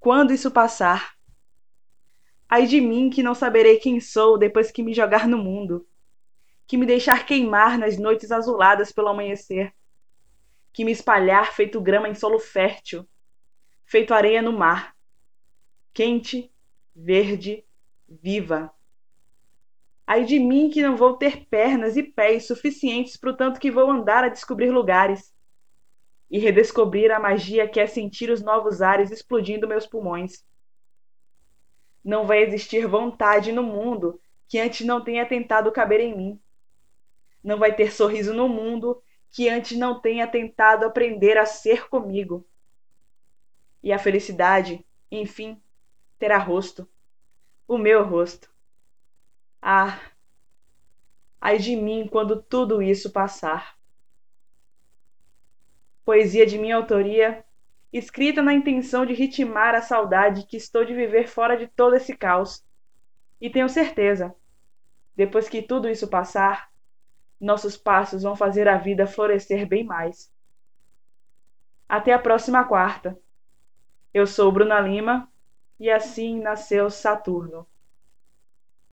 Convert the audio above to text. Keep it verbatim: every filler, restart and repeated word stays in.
quando isso passar. Ai de mim que não saberei quem sou depois que me jogar no mundo, que me deixar queimar nas noites azuladas pelo amanhecer, que me espalhar feito grama em solo fértil, feito areia no mar, quente, verde, viva. Ai de mim que não vou ter pernas e pés suficientes pro tanto que vou andar a descobrir lugares e redescobrir a magia que é sentir os novos ares explodindo meus pulmões. Não vai existir vontade no mundo que antes não tenha tentado caber em mim. Não vai ter sorriso no mundo que antes não tenha tentado aprender a ser comigo. E a felicidade, enfim, terá rosto, o meu rosto. Ah, ai de mim quando tudo isso passar. Poesia de minha autoria, escrita na intenção de ritmar a saudade que estou de viver fora de todo esse caos. E tenho certeza, depois que tudo isso passar, nossos passos vão fazer a vida florescer bem mais. Até a próxima quarta. Eu sou Bruna Lima e assim nasceu Saturno.